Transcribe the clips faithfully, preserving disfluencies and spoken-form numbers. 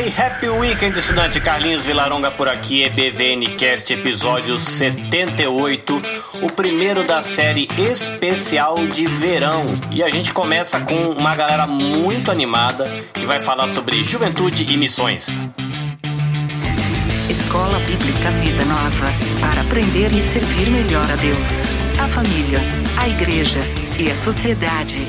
Hi, Happy Weekend, estudante. Carlinhos Vilaronga por aqui, E B V N Cast, episódio setenta e oito, o primeiro da série especial de verão. E a gente começa com uma galera muito animada que vai falar sobre juventude e missões. Escola Bíblica Vida Nova, para aprender e servir melhor a Deus, a família, a igreja e a sociedade.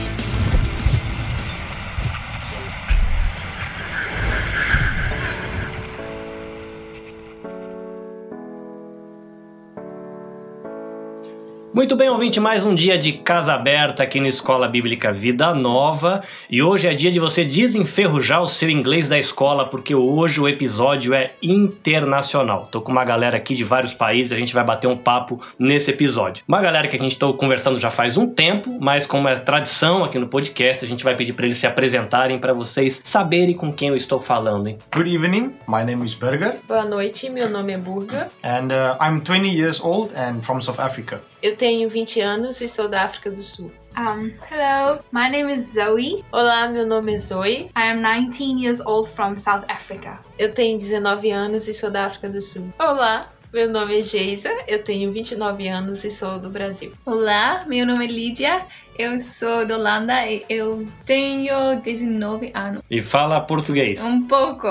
Muito bem, ouvinte, mais um dia de casa aberta aqui na Escola Bíblica Vida Nova. E hoje é dia de você desenferrujar o seu inglês da escola, porque hoje o episódio é internacional. Tô com uma galera aqui de vários países, a gente vai bater um papo nesse episódio. Uma galera que a gente tá conversando já faz um tempo, mas como é tradição aqui no podcast, a gente vai pedir para eles se apresentarem para vocês saberem com quem eu estou falando, hein? Good evening, my name is Berger. Boa noite, meu nome é Burger. And uh, I'm twenty years old and from South Africa. Eu tenho vinte anos e sou da África do Sul. Um, hello, my name is Zoe. Olá, meu nome é Zoe. I am nineteen years old from South Africa. Eu tenho dezenove anos e sou da África do Sul. Olá, meu nome é Geisa. Eu tenho vinte e nove anos e sou do Brasil. Olá, meu nome é Lídia. Eu sou da Holanda e eu tenho dezenove anos. E fala português? Um pouco.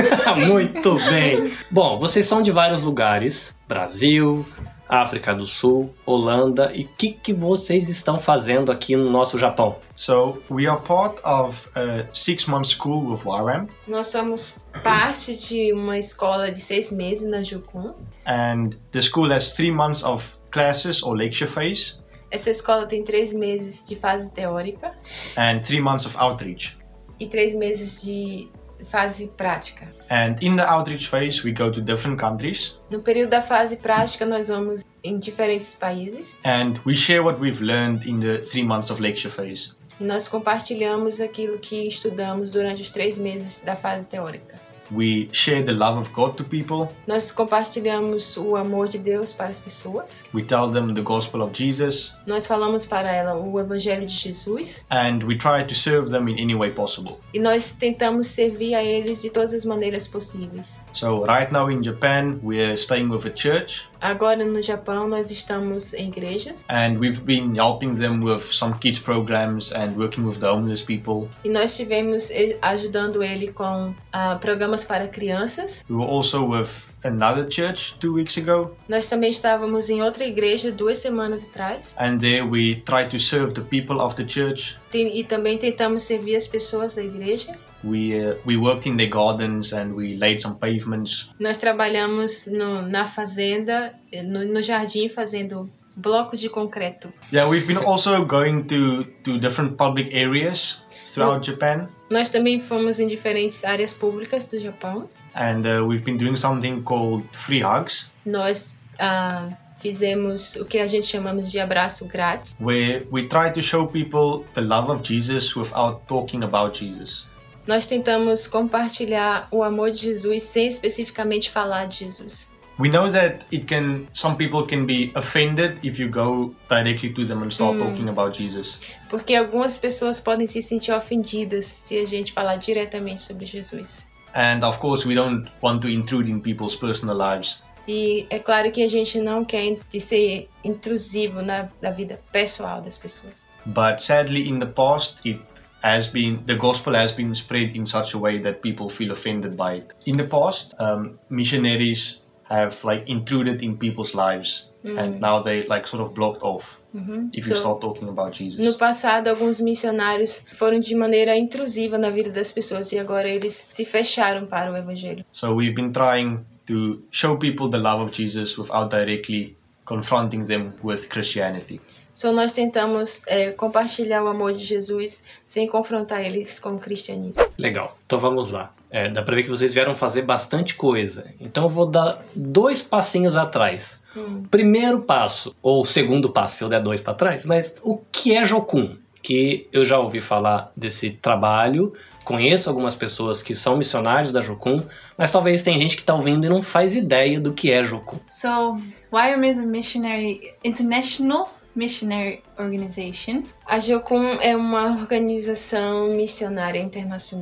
Muito bem. Bom, vocês são de vários lugares. Brasil, África do Sul, Holanda, e o que, que vocês estão fazendo aqui no nosso Japão? So, we are part of a six-month school with Y W A M. Nós somos parte de uma escola de seis meses na Jukun. And the school has three months of classes or lecture phase. Essa escola tem três meses de fase teórica. And three months of outreach. E três meses de fase prática. And in the outreach phase, we go to different countries. No período da fase prática, nós vamos em diferentes países. And we share what we've learned in the three months of lecture phase. E nós compartilhamos aquilo que estudamos durante os três meses da fase teórica. We share the love of God to people. Nós compartilhamos o amor de Deus para as pessoas. We tell them the gospel of Jesus. Nós falamos para ela o evangelho de Jesus. And we try to serve them in any way possible. E nós tentamos servir a eles de todas as maneiras possíveis. So right now in Japan, we're staying with a church. Agora no Japão nós estamos em igrejas. And we've been helping them with some kids programs and working with the homeless people. E nós estivemos ajudando ele com uh, programas para crianças. We were also with another church two weeks ago. Nós também estávamos em outra igreja duas semanas atrás. And there we try to serve the people of the church. E também tentamos servir as pessoas da igreja. We uh, we worked in their gardens and we laid some pavements. Nós trabalhamos no, na fazenda, no, no jardim, fazendo blocos de concreto. Yeah, we've been also going to to different public areas throughout Japan. Nós também fomos em diferentes áreas públicas do Japão. And uh, we've been doing something called free hugs. Nós uh, fizemos o que a gente chamamos de abraço grátis. Where we try to show people the love of Jesus without talking about Jesus. Nós tentamos compartilhar o amor de Jesus sem especificamente falar de Jesus. We know that it can, some people can be offended if you go directly to them and start hum. talking about Jesus. Porque algumas pessoas podem se sentir ofendidas se a gente falar diretamente sobre Jesus. And of course we don't want to intrude in people's personal lives. E é claro que a gente não quer de ser intrusivo na, na vida pessoal das pessoas. But sadly in the past it has been, the gospel has been spread in such a way that people feel offended by it. In the past, um, missionaries have like intruded in people's lives mm. and now they like sort of blocked off mm-hmm. if you so, start talking about Jesus. No passado, alguns missionários foram de maneira intrusiva na vida das pessoas e agora eles se fecharam para o evangelho. So we've been trying to show people the love of Jesus without directly confronting them with Christianity. So nós tentamos é, compartilhar o amor de Jesus sem confrontar eles com o cristianismo. Legal, então vamos lá. É, dá pra ver que vocês vieram fazer bastante coisa. Então eu vou dar dois passinhos atrás. Hum. Primeiro passo, ou segundo passo, se eu der dois para trás, mas o que é Jokun? Que eu já ouvi falar desse trabalho, conheço algumas pessoas que são missionários da Jokun, mas talvez tem gente que está ouvindo e não faz ideia do que é Jokun. So, Y W A M is a missionary, international missionary organization. A Jokun é uma organização missionária internacional.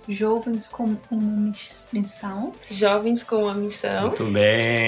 Jovens com uma missão. Jovens com uma missão. Muito bem.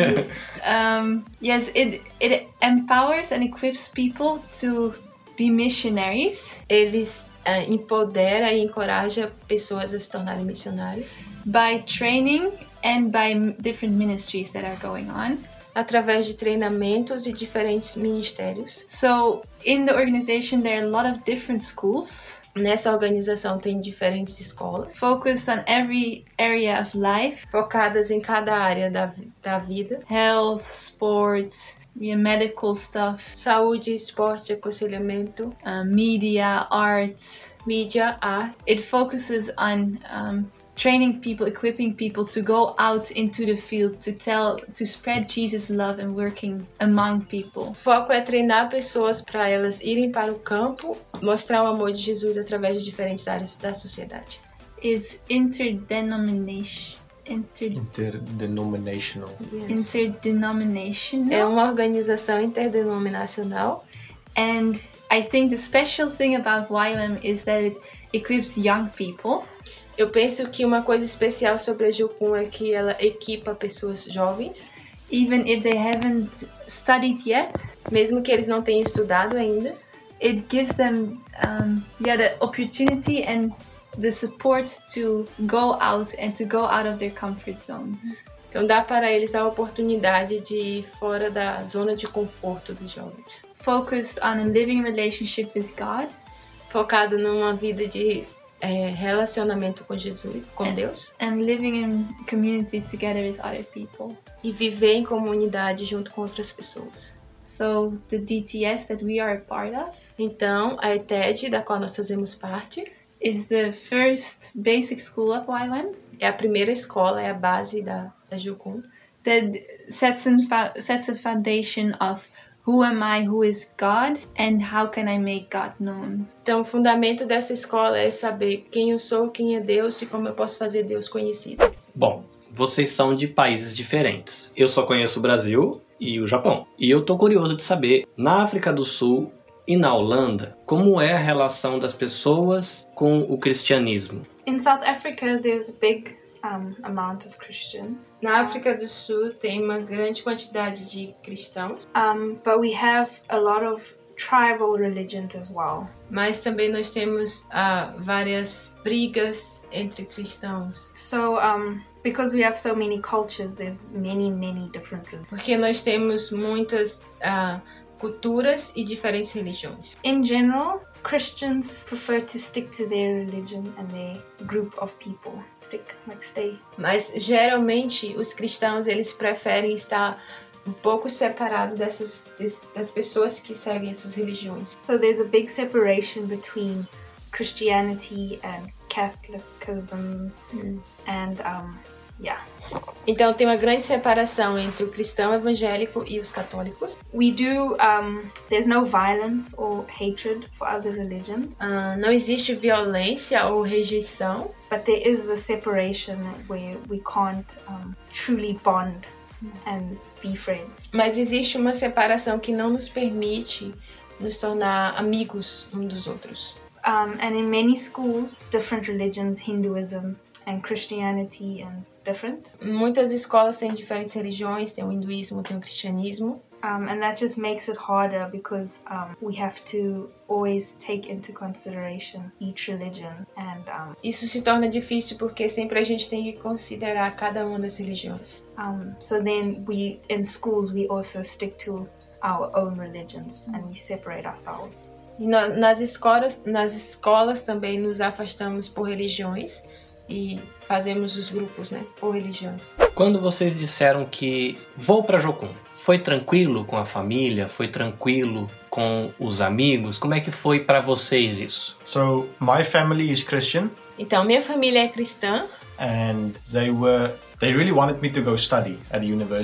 And um, yes, it it empowers and equips people to be missionaries. Eles uh, empodera e encoraja pessoas a se tornarem missionários by training and by different ministries that are going on. Através de treinamentos e diferentes ministérios. So, in the organization there are a lot of different schools. Nessa organização tem diferentes escolas. Focused on every area of life. Focadas em cada área da, da vida. Health, sports, yeah, medical stuff. Saúde, esporte, aconselhamento. Uh, media, arts. Mídia, arte. It focuses on um, training people, equipping people to go out into the field to tell, to spread Jesus' love and working among people. O foco é treinar pessoas para elas irem para o campo, mostrar o amor de Jesus através de diferentes áreas da sociedade. It's interdenomination. Inter... Interdenominational. Yes. Interdenominational. É uma organização interdenominacional. And I think the special thing about Y W A M is that it equips young people. Eu penso que uma coisa especial sobre a Jucum é que ela equipa pessoas jovens. Even if they haven't studied yet. Mesmo que eles não tenham estudado ainda. It gives them um, yeah, the opportunity and the support to go out and to go out of their comfort zones. Então dá para eles a oportunidade de ir fora da zona de conforto dos jovens. Focused on a living relationship with God. Focado numa vida de É, relacionamento com Jesus, com and, Deus. And living in community together with other people. E viver em comunidade junto com outras pessoas. So the D T S that we are a part of. Então a E T E D, da qual nós fazemos parte, is the first basic school of Y W A M. É a primeira escola, é a base da, da Jucum. That sets, in, sets a foundation of who am I, who is God, and how can I make God known? Então, o fundamento dessa escola é saber quem eu sou, quem é Deus e como eu posso fazer Deus conhecido. Bom, vocês são de países diferentes. Eu só conheço o Brasil e o Japão. E eu tô curioso de saber, na África do Sul e na Holanda, como é a relação das pessoas com o cristianismo? In South Africa, there's a big um, amount of Christian. Na África do Sul tem uma grande quantidade de cristãos. Um, but we have a lot of tribal religions as well. Mas também nós temos uh, várias brigas entre cristãos. So, um, because we have so many cultures, there's many, many different religions. Porque nós temos muitas uh, culturas e diferentes religiões. In general, Christians prefer to stick to their religion and their group of people. Stick, like stay. Mas geralmente os cristãos eles preferem estar um pouco separados dessas das pessoas que seguem essas religiões. So there's a big separation between Christianity and Catholicism mm. and um, yeah. Então tem uma grande separação entre o cristão evangélico e os católicos. We do um, there's no violence or hatred for other religions. Uh, não existe violência ou rejeição. But there is the separation where we can't um, truly bond and be friends. Mas existe uma separação que não nos permite nos tornar amigos uns dos outros. Um, and in many schools, different religions, Hinduism and Christianity and different. Muitas escolas têm diferentes religiões, tem o hinduísmo, tem o cristianismo. Um, and that just makes it harder because um, we have to always take into consideration each religion. And um, isso se torna difícil porque sempre a gente tem que considerar cada uma das religiões. Um, so then we, in schools, we also stick to our own religions and we separate ourselves. E no, nas escolas, nas escolas também nos afastamos por religiões e fazemos os grupos, né, por religiões. Quando vocês disseram que vou para Jocum, foi tranquilo com a família? Foi tranquilo com os amigos? Como é que foi para vocês isso? So my family is Christian. Então minha família é cristã. And they were they really wanted me to go study at the university.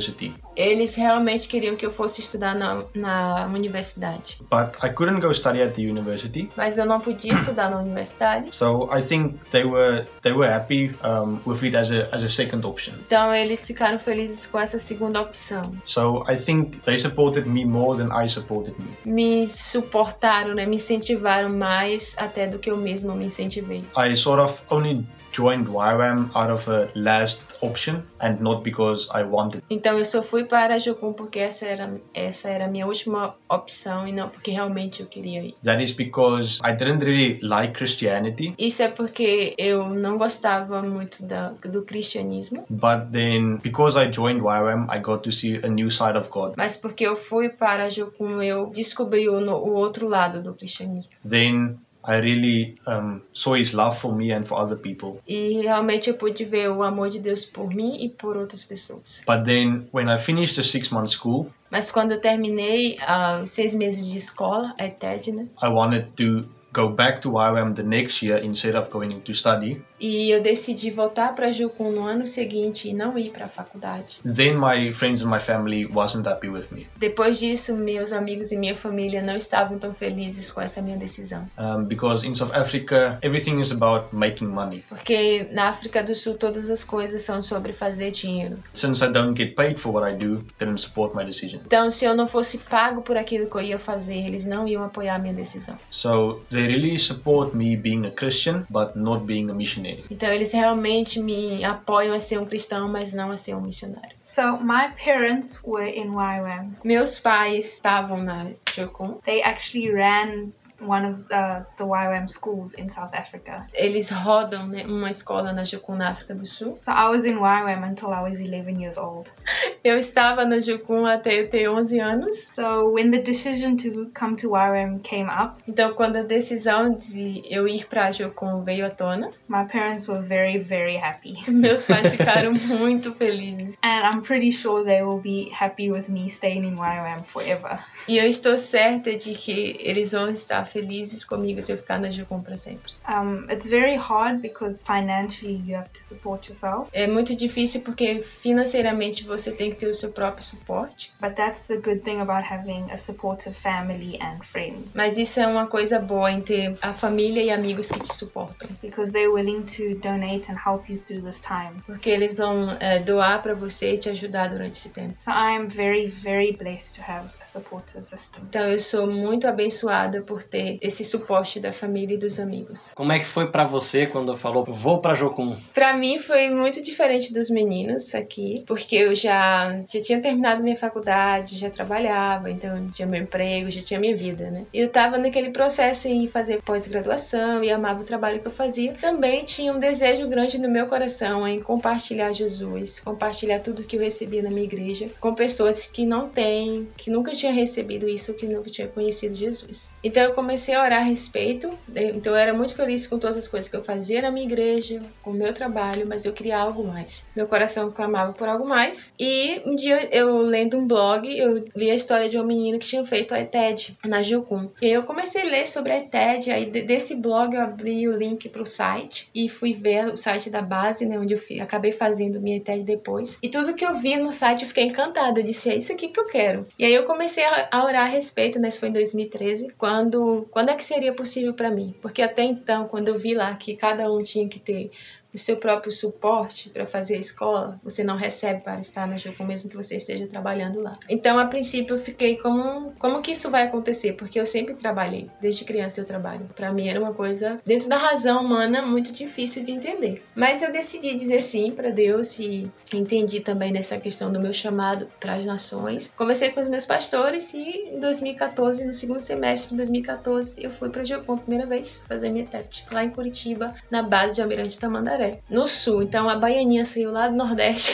Eles realmente queriam que eu fosse estudar na, na universidade. But I couldn't go study at the university. Mas eu não podia estudar na universidade. So I think they were they were happy um, with it as a as a second option. Então eles ficaram felizes com essa segunda opção. So I think they supported me more than I supported me. Me suportaram, né? Me incentivaram mais até do que eu mesmo me incentivei. I sort of only joined Y WAM out of a last option and not because I wanted. Então eu só fui para a Jocum porque essa era essa era a minha última opção e não porque realmente eu queria ir. That is because I didn't really like Christianity. Isso é porque eu não gostava muito da, do cristianismo. But then because I joined Y WAM, I got to see a new side of God. Mas porque eu fui para a Jocum, eu descobri o, o outro lado do cristianismo. Then I really um, saw his love for me and for other people. E realmente eu pude ver o amor de Deus por mim e por outras pessoas. But then when I finished the six-month school, Mas quando eu terminei uh, os seis meses de escola, a E T E D, né? I wanted to go back to Y WAM the next year instead of going to study. E eu decidi voltar para a Jocum no ano seguinte e não ir para a faculdade. Then my friends and my family wasn't happy with me. Depois disso, meus amigos e minha família não estavam tão felizes com essa minha decisão. Um, because in South Africa, everything is about making money. Porque na África do Sul todas as coisas são sobre fazer dinheiro. Since I don't get paid for what I do, they didn't support my decision. Então, se eu não fosse pago por aquilo que eu ia fazer, eles não iam apoiar a minha decisão. So they really support me being a Christian, but not being a missionary. Então, eles realmente me apoiam a ser um cristão, mas não a ser um missionário. So my parents were in Y WAM. Meus pais estavam na Jocum. They actually ran one of the, the Y WAM schools in South Africa. Eles rodam, né, uma escola na Jocum na África do Sul. So I was in Y WAM until I was eleven years old. Eu estava na Jocum até eu ter onze anos. So when the decision to come to Y WAM came up, Então, quando a decisão de eu ir para a Jocum veio à tona, my parents were very, very happy. meus pais ficaram muito felizes. And I'm pretty sure they will be happy with me staying in Y WAM forever. E eu estou certa de que eles vão estar felizes comigo se eu ficar na Jocum para sempre. Um, it's very hard because financially you have to support yourself. É muito difícil porque financeiramente você tem que ter o seu próprio suporte. But that's the good thing about having a supportive family and friends. Mas isso é uma coisa boa em ter a família e amigos que te suportam. Because they're willing to donate and help you through this time. Porque eles vão é, doar para você e te ajudar durante esse tempo. So I am very, very blessed to have a supportive system. Então eu sou muito abençoada por ter esse suporte da família e dos amigos. Como é que foi pra você quando falou, vou pra Jocum? Pra mim foi muito diferente dos meninos aqui, porque eu já, já tinha terminado minha faculdade, já trabalhava, então tinha meu emprego, já tinha minha vida, né? E eu tava naquele processo em fazer pós-graduação e amava o trabalho que eu fazia. Também tinha um desejo grande no meu coração em compartilhar Jesus, compartilhar tudo que eu recebia na minha igreja com pessoas que não têm, que nunca tinham recebido isso, que nunca tinham conhecido Jesus. Então eu comecei a orar a respeito, então eu era muito feliz com todas as coisas que eu fazia na minha igreja, com o meu trabalho, mas eu queria algo mais. Meu coração clamava por algo mais. E um dia eu lendo um blog, eu li a história de uma menina que tinha feito a E T E D na Jocum. E aí eu comecei a ler sobre a E T E D, aí desse blog eu abri o link pro site e fui ver o site da base, né, onde eu fui, acabei fazendo minha E T E D depois. E tudo que eu vi no site eu fiquei encantada, eu disse, é isso aqui que eu quero. E aí eu comecei a orar a respeito, né, isso foi em dois mil e treze, quando, quando é que seria possível para mim? Porque até então, quando eu vi lá que cada um tinha que ter o seu próprio suporte para fazer a escola, você não recebe para estar na Jocum, mesmo que você esteja trabalhando lá. Então, a princípio, eu fiquei como, como que isso vai acontecer? Porque eu sempre trabalhei, desde criança eu trabalho. Para mim era uma coisa, dentro da razão humana, muito difícil de entender. Mas eu decidi dizer sim para Deus e entendi também nessa questão do meu chamado para as nações. Conversei com os meus pastores e em dois mil e quatorze, no segundo semestre de dois mil e quatorze, eu fui para a Jocum a primeira vez fazer minha T E D, lá em Curitiba, na base de Almirante Tamandaré, no sul. Então a baianinha saiu lá do Nordeste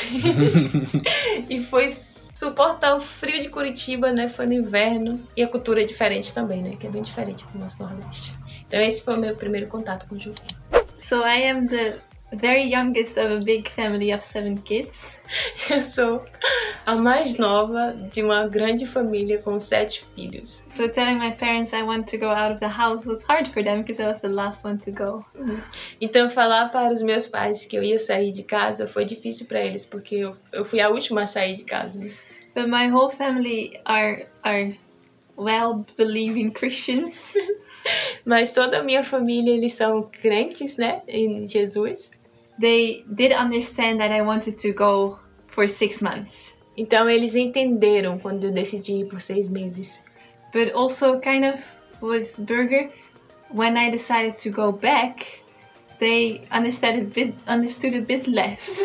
e foi suportar o frio de Curitiba, né? Foi no inverno. E a cultura é diferente também, né? Que é bem diferente do nosso Nordeste. Então esse foi o meu primeiro contato com o Jocum. So I am the very youngest of a big family of seven kids. Eu sou a mais nova de uma grande família com sete filhos. So telling my parents I want to go out of the house was hard for them because I was the last one to go. Então falar para os meus pais que eu ia sair de casa foi difícil para eles, porque eu, eu fui a última a sair de casa, né? But my whole family are are well-believing Christians. Mas toda a minha família, eles são crentes, né, em Jesus. They did understand that I wanted to go for six months. Então eles entenderam quando eu decidi ir por seis meses. But also kind of with Burger, when I decided to go back, they understood a bit, understood a bit less.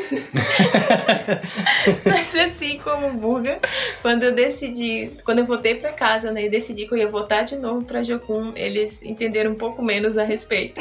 Mas assim como o Burger, quando eu decidi, quando eu voltei para casa, né, e decidi que eu ia voltar de novo para Jocum, eles entenderam um pouco menos a respeito.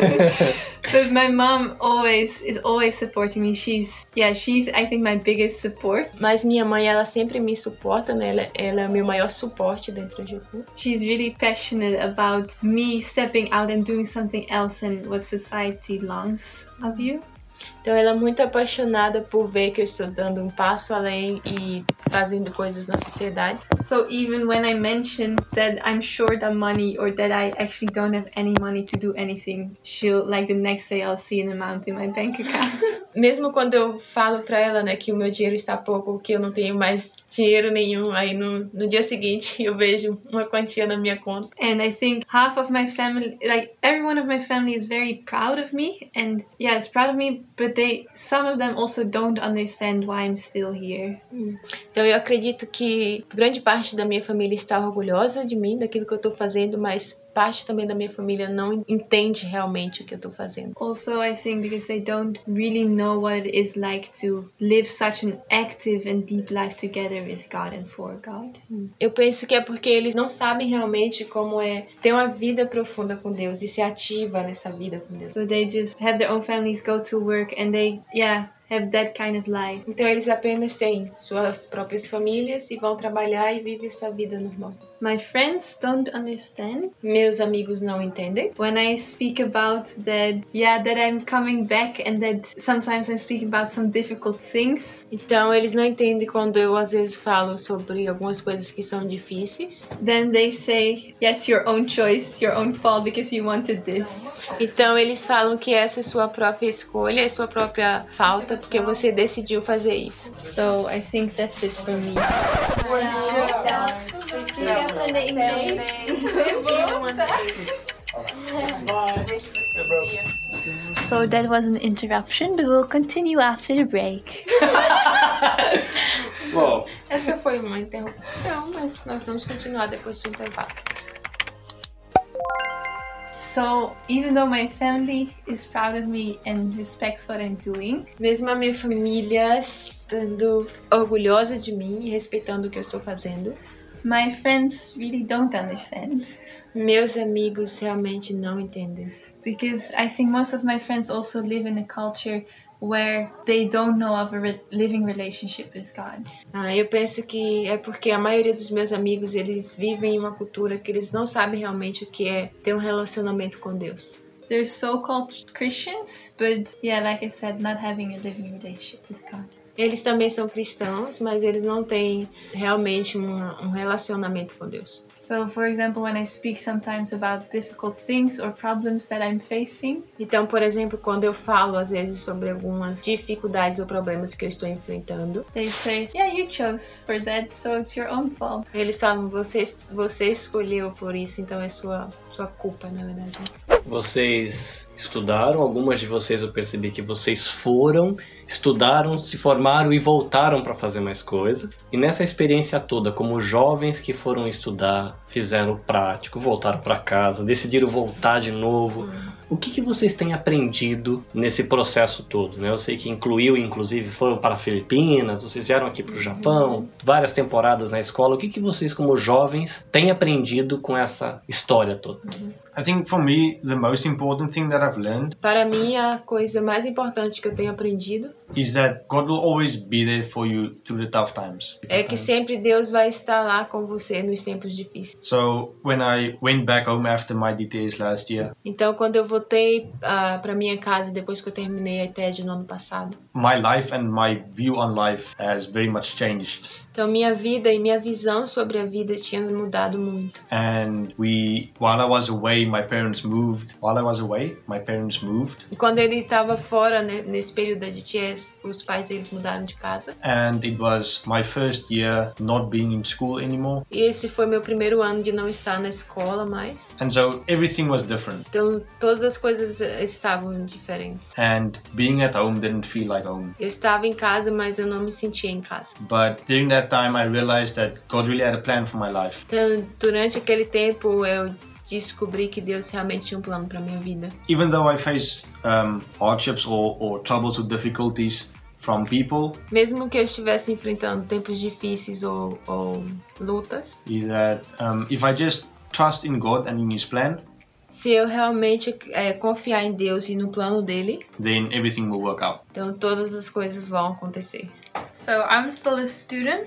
But my mom always is always supporting me. She's yeah, she's I think my biggest support. Mas minha mãe, ela sempre me suporta, né? Ela, ela é o meu maior suporte dentro do Jocum. She's really passionate about me stepping out and doing something else than what society longs of you. Então ela é muito apaixonada por ver que eu estou dando um passo além e fazendo coisas na sociedade. So even when I mention that I'm short on money or that I actually don't have any money to do anything, she'll like the next day I'll see an amount in my bank account. Mesmo quando eu falo pra ela, né, que o meu dinheiro está pouco, que eu não tenho mais dinheiro nenhum, aí no, no dia seguinte eu vejo uma quantia na minha conta. And I think half of my family, like everyone of my family is very proud of me and yeah, it's proud of me, but they, some of them also don't understand why I'm still here. Hum. Então eu acredito que grande parte da minha família está orgulhosa de mim, daquilo que eu estou fazendo, mas parte também da minha família não entende realmente o que eu estou fazendo. Also, I think because they don't really know what it is like to live such an active and deep life together with God and for God. Eu penso que é porque eles não sabem realmente como é ter uma vida profunda com Deus e ser ativa nessa vida com Deus. So they just have their own families, go to work and they, yeah, have that kind of life. Então eles apenas têm suas próprias famílias e vão trabalhar e vivem essa vida normal. My friends don't understand. Meus amigos não entendem. When I speak about that, yeah, that I'm coming back and that sometimes I'm speaking about some difficult things. Então eles não entendem quando eu às vezes falo sobre algumas coisas que são difíceis. Then they say, yeah, it's your own choice, your own fault because you wanted this. Então eles falam que essa é sua própria escolha, é sua própria falta, porque você decidiu fazer isso. So I think that's it for me. So that was an interruption, but we'll continue after the break. Bom, essa foi uma interrupção, mas nós vamos continuar depois do intervalo. So, even though my family is proud of me and respects what I'm doing, mesmo a minha família estando orgulhosa de mim e respeitando o que eu estou fazendo, my friends really don't understand. Meus amigos realmente não entendem. Because I think most of my friends also live in a culture where they don't know of a re- living relationship with God. Ah, eu penso que é porque a maioria dos meus amigos, eles vivem em uma cultura que eles não sabem realmente o que é ter um relacionamento com Deus. They're so-called Christians, but yeah, like I said, not having a living relationship with God. Eles também são cristãos, mas eles não têm realmente um, um relacionamento com Deus. So, for example, when I speak sometimes about difficult things or problems that I'm facing, então, por exemplo, quando eu falo às vezes sobre algumas dificuldades ou problemas que eu estou enfrentando, they say, yeah, you chose for that, so it's your own fault. Eles falam, você, você escolheu por isso, então é sua, sua culpa, na verdade. Vocês estudaram, algumas de vocês eu percebi que vocês foram, estudaram, se formaram e voltaram para fazer mais coisa. E nessa experiência toda, como jovens que foram estudar, fizeram o prático, voltaram para casa, decidiram voltar de novo, uhum. O que, que vocês têm aprendido nesse processo todo? Né? Eu sei que incluiu, inclusive, foram para Filipinas, vocês vieram aqui para o Japão, uhum. várias temporadas na escola. O que, que vocês, como jovens, têm aprendido com essa história toda? Uhum. I think for me, the most important thing that I've learned Para mim, a coisa mais importante que eu tenho aprendido is that God will always be there for you through the tough times. É que sempre Deus vai estar lá com você nos tempos difíceis. So when I went back home after my D T S last year, então quando eu voltei uh, para minha casa depois que eu terminei a I T E D no ano passado, my life and my view on life has very much changed. Então minha vida e minha visão sobre a vida tinha mudado muito. And we, while I was away, my parents moved. While I was away, my parents moved. E quando ele estava fora, né, nesse período da D T S, os pais deles mudaram de casa. And it was my first year not being in school anymore. E esse foi meu primeiro ano de não estar na escola mais. And so everything was different. Então todas as coisas estavam diferentes. And being at home didn't feel like home. Eu estava em casa, mas eu não me sentia em casa. But during that time I realized that God really had a plan for my life. Então durante aquele tempo eu descobri que Deus realmente tinha um plano para minha vida. Even though I face um, hardships or, or troubles or difficulties from people, mesmo que eu estivesse enfrentando tempos difíceis ou, ou lutas, is that um, if I just trust in God and in His plan, se eu realmente é, confiar em Deus e no plano dele, then everything will work out. Então todas as coisas vão acontecer. So I'm still a student.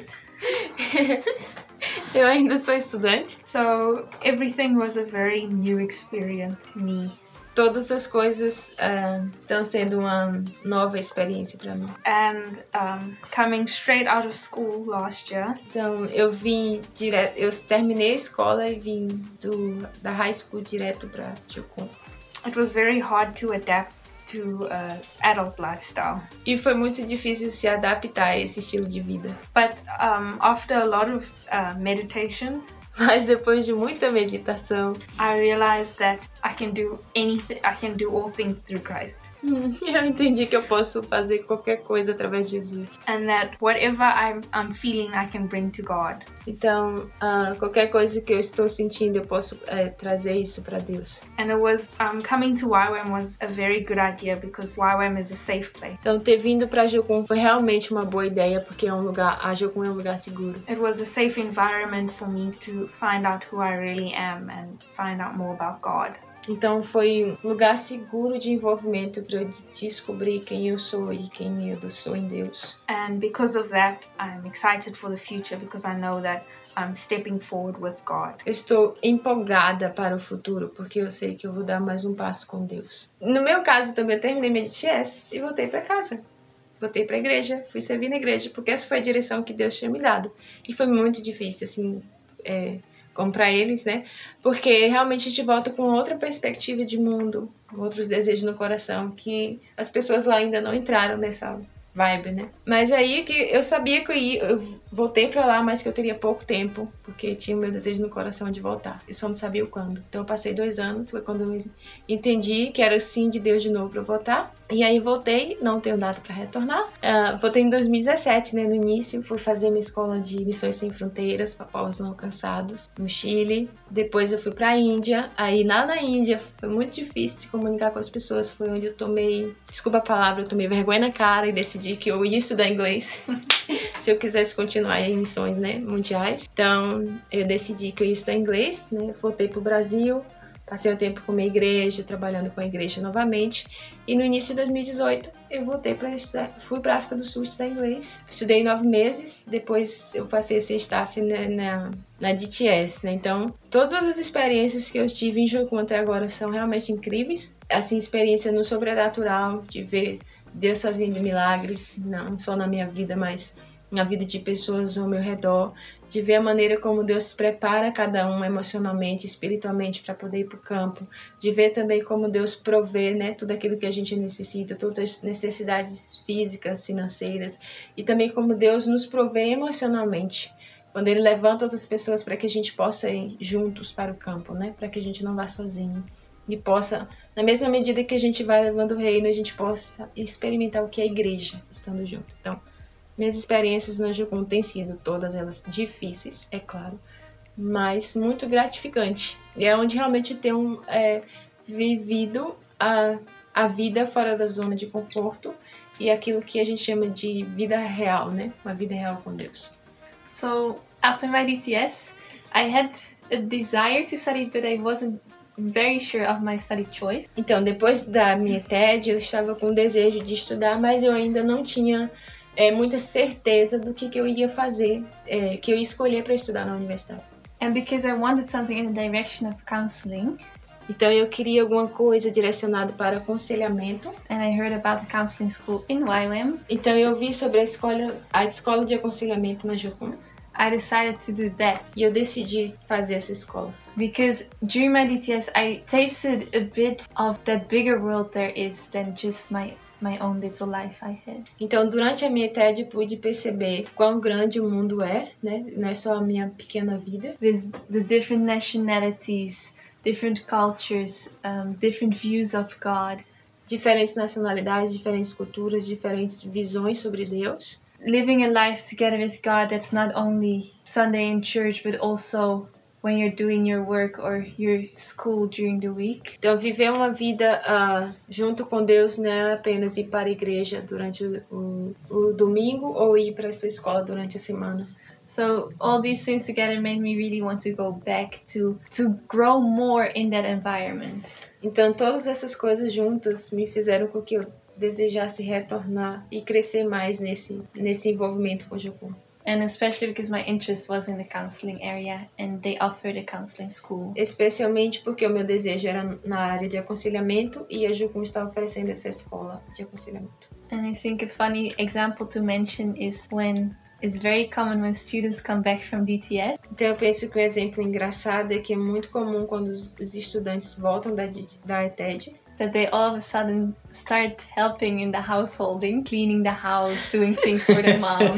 Eu ainda sou estudante. So everything was a very new experience to me. Todas as coisas uh, estão sendo uma nova experiência para mim. And um, coming straight out of school last year. Então eu vim direto, eu terminei a escola e vim do da high school direto para Jocum. It was very hard to adapt to uh, adult lifestyle. E foi muito difícil se adaptar a esse estilo de vida. But um, after a lot of uh, meditation, mas depois de muita meditação, I realized that I can do anything. I can do all things through Christ. Eu entendi que eu posso fazer qualquer coisa através de Jesus. And that whatever I'm, I'm feeling, I can bring to God. Então, uh, qualquer coisa que eu estou sentindo, eu posso uh, trazer isso para Deus. And it was um, coming to Y WAM was a very good idea because Y WAM is a safe place. Então, ter vindo para Jocum foi realmente uma boa ideia porque é um lugar, a Jocum é um lugar seguro. It was a safe environment for me to find out who I really am and find out more about God. Então foi um lugar seguro de envolvimento para eu descobrir quem eu sou e quem eu sou em Deus. And because of that, I'm excited for the future because I know that I'm stepping forward with God. Eu estou empolgada para o futuro porque eu sei que eu vou dar mais um passo com Deus. No meu caso também eu terminei minha D T S e voltei para casa. Voltei para a igreja, fui servir na igreja porque essa foi a direção que Deus tinha me dado. E foi muito difícil, assim, é, como para eles, né? Porque realmente a gente volta com outra perspectiva de mundo, outros desejos no coração, que as pessoas lá ainda não entraram nessa vibe, né? Mas aí que eu sabia que eu ia, eu voltei pra lá, mas que eu teria pouco tempo, porque tinha o meu desejo no coração de voltar. Eu só não sabia o quando. Então eu passei dois anos, foi quando eu entendi que era sim de Deus de novo pra eu voltar. E aí voltei, não tenho data pra retornar. Uh, voltei em dois mil e dezessete, né? No início, fui fazer minha escola de Missões Sem Fronteiras para povos não alcançados, no Chile. Depois eu fui pra Índia. Aí lá na Índia foi muito difícil se comunicar com as pessoas. Foi onde eu tomei, desculpa a palavra, eu tomei vergonha na cara e decidi que eu ia estudar inglês se eu quisesse continuar em missões, né, mundiais. Então eu decidi que eu ia estudar inglês, né, voltei pro Brasil, passei um tempo com a minha igreja, trabalhando com a igreja novamente, e no início de dois mil e dezoito eu voltei para estudar, fui para a África do Sul estudar inglês. Estudei nove meses, depois eu passei a ser staff na, na, na D T S, né? Então todas as experiências que eu tive em Jocum até agora são realmente incríveis, assim, experiência no sobrenatural, de ver Deus fazendo milagres, não só na minha vida, mas na vida de pessoas ao meu redor, de ver a maneira como Deus prepara cada um emocionalmente, espiritualmente para poder ir para o campo, de ver também como Deus provê, né, tudo aquilo que a gente necessita, todas as necessidades físicas, financeiras, e também como Deus nos provê emocionalmente, quando Ele levanta outras pessoas para que a gente possa ir juntos para o campo, né, para que a gente não vá sozinho. E possa, na mesma medida que a gente vai levando o reino, a gente possa experimentar o que é a igreja, estando junto. Então, minhas experiências na Jocum têm sido todas elas difíceis, é claro, mas muito gratificante. E é onde realmente tenho é, vivido a, a vida fora da zona de conforto e aquilo que a gente chama de vida real, né? Uma vida real com Deus. So, after my D T S, I had a desire to study, but I wasn't very sure of my study choice. Então, depois da minha T E D, eu estava com desejo de estudar, mas eu ainda não tinha é, muita certeza do que, que eu ia fazer, é, que eu ia escolher para estudar na universidade. And because I wanted something in the direction of counseling. Então eu queria alguma coisa direcionada para aconselhamento. And I heard about the counseling school in Y WAM. Então eu vi sobre a escola, a escola de aconselhamento na Jocum. I decided to do that. E eu decidi fazer essa escola. Because during my D T S, I tasted a bit of that bigger world there is than just my my own little life I had. Então, durante a minha T E D, pude perceber quão grande o mundo é, né? Não é só a minha pequena vida. With the different nationalities, different cultures, um, different views of God. Diferentes nacionalidades, diferentes culturas, diferentes visões sobre Deus. Living a life together with God that's not only Sunday in church, but also when you're doing your work or your school during the week. Então, viver uma vida uh, junto com Deus não é apenas ir para a igreja durante o, o, o domingo ou ir para a sua escola durante a semana. So all these things together made me really want to go back to to grow more in that environment. Então, todas essas coisas juntas me fizeram com que eu desejasse retornar e crescer mais nesse nesse envolvimento com o Jocum. And especially because my interest was in the counseling area and they offered a counseling school. Especialmente porque o meu desejo era na área de aconselhamento e a Jocum está oferecendo essa escola de aconselhamento. And I think a funny example to mention is when it's very common when students come back from D T S. Então eu penso que um exemplo engraçado é que é muito comum quando os, os estudantes voltam da, da E T E D. That they all of a sudden start helping in the householding, cleaning the house, doing things for their mom.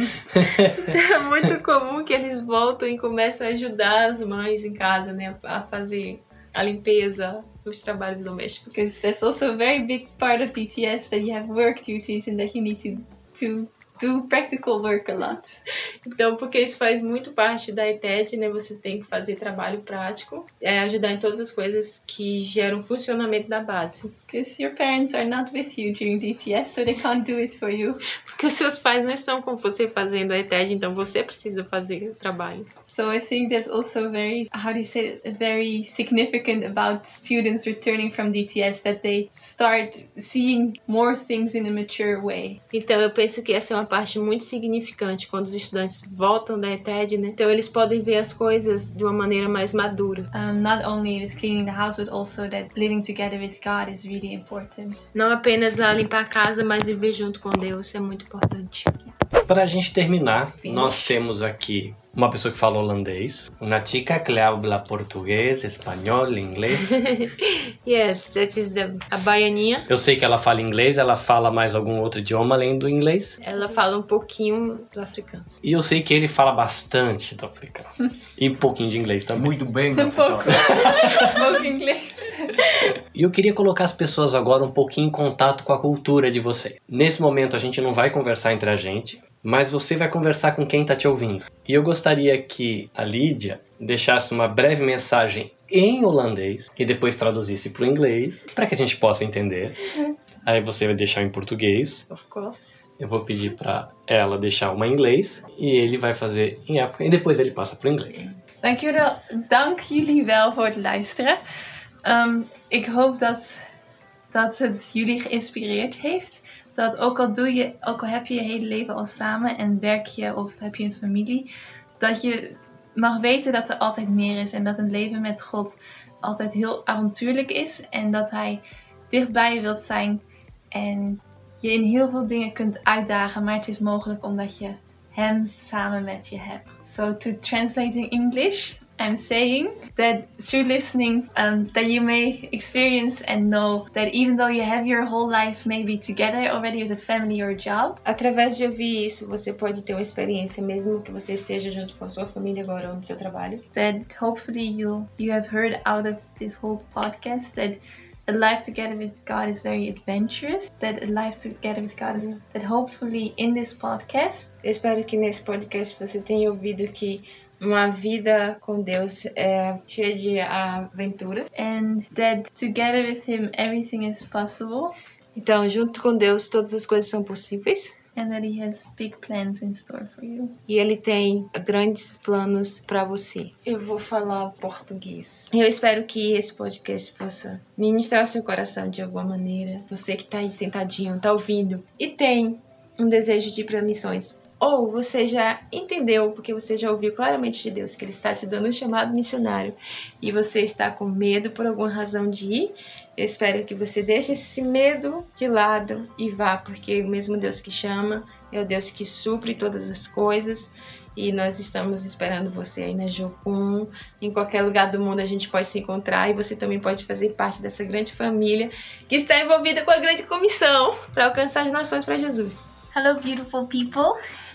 É muito comum que eles voltam e começam a ajudar as mães em casa, né, a fazer a limpeza, os trabalhos domésticos. Because that's also a very big part of D T S, that you have work duties and that you need to to do practical work a lot. Então, porque isso faz muito parte da E T E D, né? Você tem que fazer trabalho prático, é, ajudar em todas as coisas que geram funcionamento da base. Because your parents are not with you during D T S, so they can't do it for you. Porque os seus pais não estão com você fazendo a E T E D, então você precisa fazer o trabalho. So I think that's also very, how do you say it, very significant about students returning from D T S, that they start seeing more things in a mature way. Então eu penso que essa é uma parte muito significante quando os estudantes voltam da E T E D, né? Então eles podem ver as coisas de uma maneira mais madura. Um, not only with cleaning the house, but also that living together with God is really important. Não apenas lá limpar a casa, mas viver junto com Deus é muito importante. Para a gente terminar, nós temos aqui uma pessoa que fala holandês, uma chica que habla português, espanhol, inglês. Yes, that is the, a baianinha. Eu sei que ela fala inglês, ela fala mais algum outro idioma além do inglês. Ela fala um pouquinho do africano. E eu sei que ele fala bastante do africano. E um pouquinho de inglês também. Muito bem, Um pouco. Pouco inglês. E eu queria colocar as pessoas agora um pouquinho em contato com a cultura de vocês. Nesse momento a gente não vai conversar entre a gente, mas você vai conversar com quem está te ouvindo. E eu gostaria que a Lídia deixasse uma breve mensagem em holandês e depois traduzisse para o inglês, para que a gente possa entender. Aí você vai deixar em português. Of course. Eu vou pedir para ela deixar uma em inglês e ele vai fazer em África e depois ele passa para o inglês. Dank jullie, dank jullie wel voor het luisteren. Um, ik hoop dat, dat het jullie geïnspireerd heeft. Dat ook al, doe je, ook al heb je je hele leven al samen en werk je of heb je een familie, dat je mag weten dat er altijd meer is en dat een leven met God altijd heel avontuurlijk is en dat Hij dichtbij je wilt zijn en je in heel veel dingen kunt uitdagen, maar het is mogelijk omdat je Hem samen met je hebt. So to translate in English, I'm saying that through listening, um, that you may experience and know that even though you have your whole life maybe together already with a family or a job, através de ouvir isso, você pode ter uma experiência, mesmo que você esteja junto com a sua família agora ou no seu trabalho. That hopefully you you have heard out of this whole podcast that a life together with God is very adventurous. That a life together with God is that hopefully in this podcast. Eu espero que nesse podcast você tenha ouvido que uma vida com Deus é cheia de aventuras. And that together with Him everything is possible. Então, junto com Deus, todas as coisas são possíveis. And that He has big plans in store for you. E Ele tem grandes planos para você. Eu vou falar português. Eu espero que esse podcast possa ministrar seu coração de alguma maneira. Você que está aí sentadinho, está ouvindo e tem um desejo de ir para missões. ou você já entendeu, porque você já ouviu claramente de Deus que Ele está te dando um chamado missionário e você está com medo por alguma razão de ir, eu espero que você deixe esse medo de lado e vá, porque o mesmo Deus que chama é o Deus que supre todas as coisas. E nós estamos esperando você aí na Jocum. Em qualquer lugar do mundo a gente pode se encontrar. E você também pode fazer parte dessa grande família que está envolvida com a grande comissão para alcançar as nações para Jesus. Hello, beautiful people.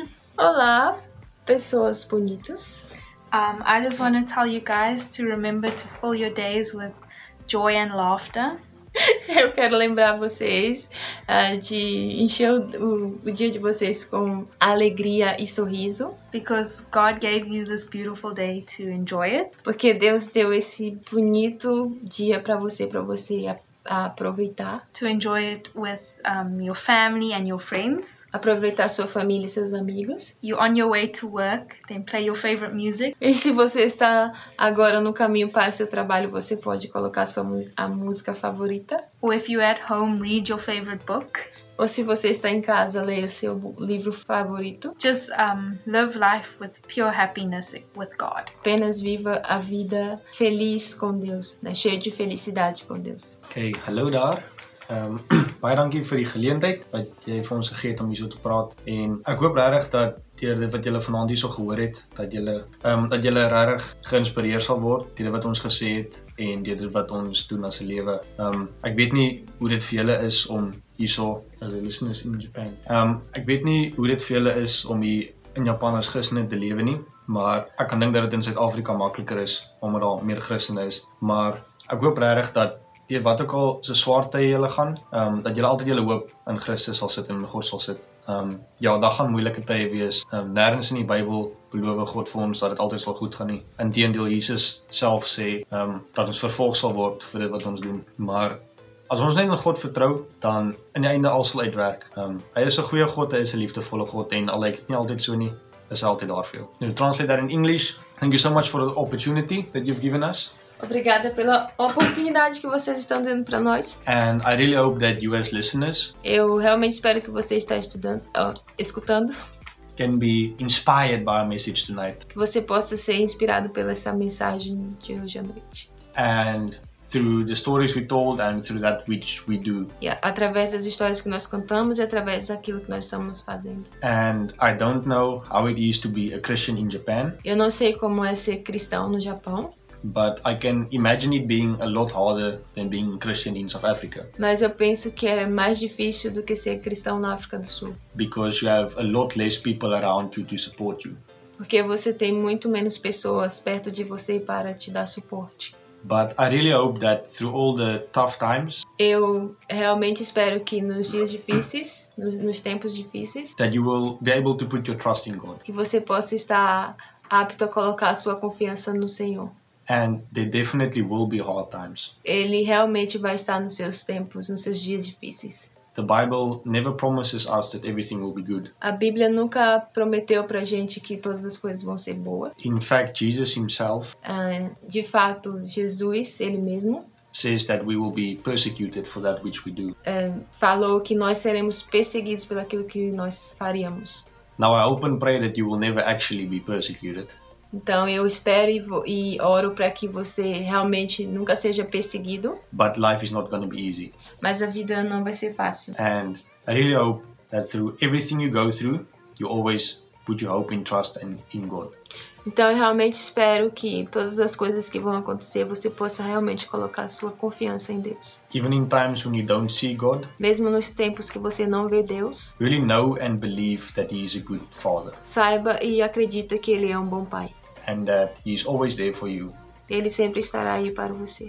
Olá, pessoas bonitas. Um, I just want to tell you guys to remember to fill your days with joy and laughter. Eu quero lembrar vocês uh, de encher o, o, o dia de vocês com alegria e sorriso. Because God gave you this beautiful day to enjoy it. Porque Deus deu esse bonito dia para você, para você a, a aproveitar. To enjoy it with um, your family and your friends. Aproveitar sua família e seus amigos. You're on your way to work, then play your favorite music. E se você está agora no caminho para o seu trabalho, você pode colocar sua a música favorita. Or if you're at home, read your favorite book. Ou se você está em casa, leia seu livro favorito. Just um, live life with pure happiness with God. Apenas viva a vida feliz com Deus, né? Cheia de felicidade com Deus. Okay, hallo daar. Um, baie dankie vir die geleentheid wat jy vir ons gegee het om hier so te praat. En ek hoop regtig dat deur dit wat julle vanaand hier so gehoor het, dat julle um, dat julle regtig geïnspireer sal word deur dit wat ons gesê het en deur dit wat ons doen as 'n lewe. Um, ek weet nie hoe dit vir julle is om hierso as 'n listeners in Japan. Um, ek weet nie hoe dit vir julle is om hier in Japan as Christene te lewe nie, maar ek kan dink dat dit in Suid-Afrika makliker is omdat daar meer Christene is. Maar ek hoop regtig dat deur wat ook al so swaar tye julle gaan, um, dat julle altyd julle hoop in Christus sal sit en in God sal sit. Um, ja, daar gaan moeilike tye wees. Um, nêrens in die Bybel beloof God vir ons dat dit altyd sal goed gaan nie. Inteendeel, Jesus self sê um, dat ons vervolg sal word vir dit wat ons doen. Maar as ons net in God vertrou, dan in die einde al sal uitwerk. Um, hy is 'n goeie God, hy is 'n liefdevolle God en al lyk dit nie altyd so nie, is hy altyd daar vir jou. Now, to translate that in English, thank you so much for the opportunity that you've given us. Obrigada pela oportunidade que vocês estão dando para nós. And I really hope that you as listeners Eu realmente espero que você está estudando, ó, escutando, can be inspired by our message tonight. que você possa ser inspirado pela essa mensagem de hoje à noite. And through the stories we told and through that which we do. E através das histórias que nós contamos e através daquilo que nós estamos fazendo. And I don't know how it is to be a Christian in Japan, Eu não sei como é ser cristão no Japão, but I can imagine it being a lot harder than being a Christian in South Africa, mas eu penso que é mais difícil do que ser cristão na África do Sul. because you have a lot less people around you to support you. Porque você tem muito menos pessoas perto de você para te dar suporte. But I really hope that through all the tough times, Eu realmente espero que nos dias difíceis, nos, nos tempos difíceis, that you will be able to put your trust in God. que você possa estar apto a colocar a sua confiança no Senhor. And there definitely will be hard times. Ele realmente vai estar nos seus tempos, nos seus dias difíceis. The Bible never promises us that everything will be good. A Bíblia nunca prometeu pra gente que todas as coisas vão ser boas. In fact, Jesus himself Ah, de fato, Jesus, ele mesmo, says that we will be persecuted for that which we do. eh, falou que nós seremos perseguidos pelo aquilo que nós faríamos. Now I hope and pray that you will never actually be persecuted, Então eu espero e, vo- e oro para que você realmente nunca seja perseguido, but life is not going to be easy. mas a vida não vai ser fácil. And I really hope that through everything you go through, you always put your hope and trust in, in God. Então eu realmente espero que todas as coisas que vão acontecer você possa realmente colocar sua confiança em Deus. Even in times when you don't see God, Mesmo nos tempos que você não vê Deus, really know and believe that He is a good Father saiba e acredita que Ele é um bom Pai. and that He is always there for you. Ele sempre estará aí para você.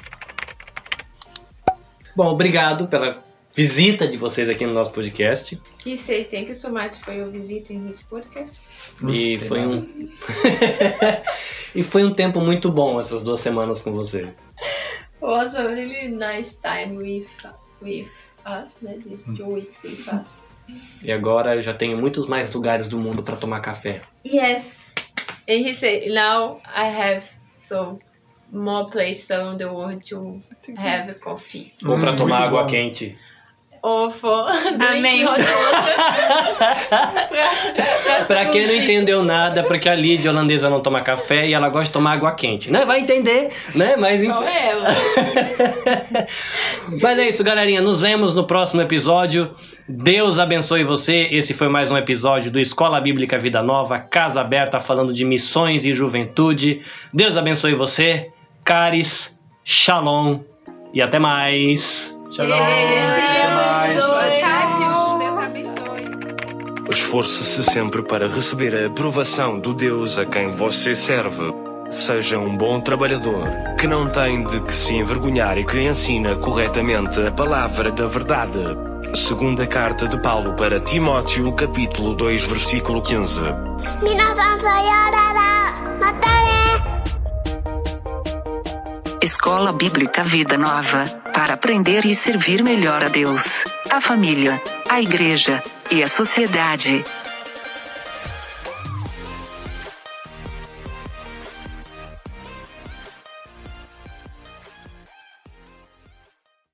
Bom, obrigado pela visita de vocês aqui no nosso podcast. He say thank you so much for your visit in his podcast. E foi um e foi um tempo muito bom essas duas semanas com você. It was a really nice time with with us, né? These two weeks with us. E agora eu já tenho muitos mais lugares do mundo para tomar café. Yes. And he said, now I have so more places around the world to have coffee. Ou para Hum, tomar muito água bom. quente. Or for Amém. hot water. pra, Pra quem não entendeu nada, porque a Lídia holandesa não toma café e ela gosta de tomar água quente, né? Vai entender, né? Mas enfim. Só ela. Mas é isso, galerinha. Nos vemos no próximo episódio. Deus abençoe você. Esse foi mais um episódio do Escola Bíblica Vida Nova, Casa Aberta, falando de missões e juventude. Deus abençoe você. Caris, shalom e até mais. Shalom. Até mais. Cássio, Deus abençoe. Esforce-se sempre para receber a aprovação do Deus a quem você serve. Seja um bom trabalhador, que não tem de que se envergonhar e que ensina corretamente a palavra da verdade. Segunda carta de Paulo para Timóteo, capítulo dois, versículo quinze. Escola Bíblica Vida Nova, para aprender e servir melhor a Deus, a família, a igreja e a sociedade.